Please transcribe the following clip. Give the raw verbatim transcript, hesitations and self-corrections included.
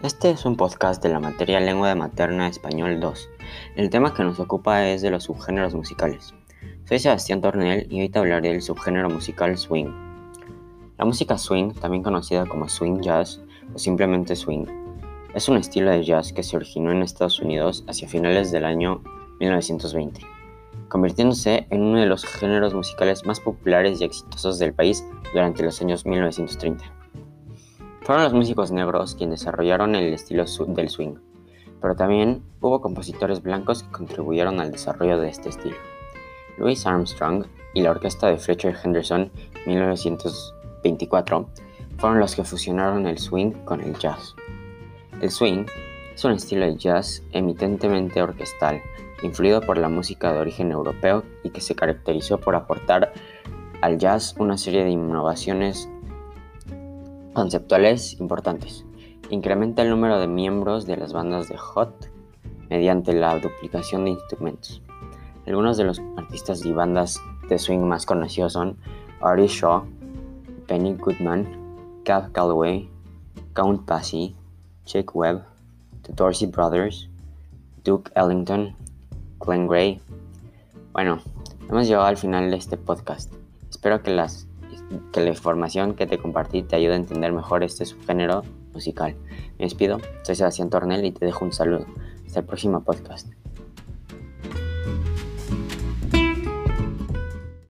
Este es un podcast de la materia Lengua de Materna Español dos. El tema que nos ocupa es de los subgéneros musicales. Soy Sebastián Tornel y hoy te hablaré del subgénero musical swing. La música swing, también conocida como swing jazz o simplemente swing, es un estilo de jazz que se originó en Estados Unidos hacia finales del año mil novecientos veinte, convirtiéndose en uno de los géneros musicales más populares y exitosos del país durante los años mil novecientos treinta. Fueron los músicos negros quienes desarrollaron el estilo del swing, pero también hubo compositores blancos que contribuyeron al desarrollo de este estilo. Louis Armstrong y la orquesta de Fletcher Henderson en mil novecientos veinticuatro fueron los que fusionaron el swing con el jazz. El swing es un estilo de jazz emitentemente orquestal, influido por la música de origen europeo y que se caracterizó por aportar al jazz una serie de innovaciones conceptuales importantes. Incrementa el número de miembros de las bandas de hot mediante la duplicación de instrumentos. Algunos de los artistas y bandas de swing más conocidos son Artie Shaw, Benny Goodman, Cab Calloway, Count Basie, Chick Webb, The Dorsey Brothers, Duke Ellington, Glenn Gray. Bueno, hemos llegado al final de este podcast. Espero que, las, que la información que te compartí te ayude a entender mejor este subgénero musical. Me despido, soy Sebastián Tornel y te dejo un saludo. Hasta el próximo podcast.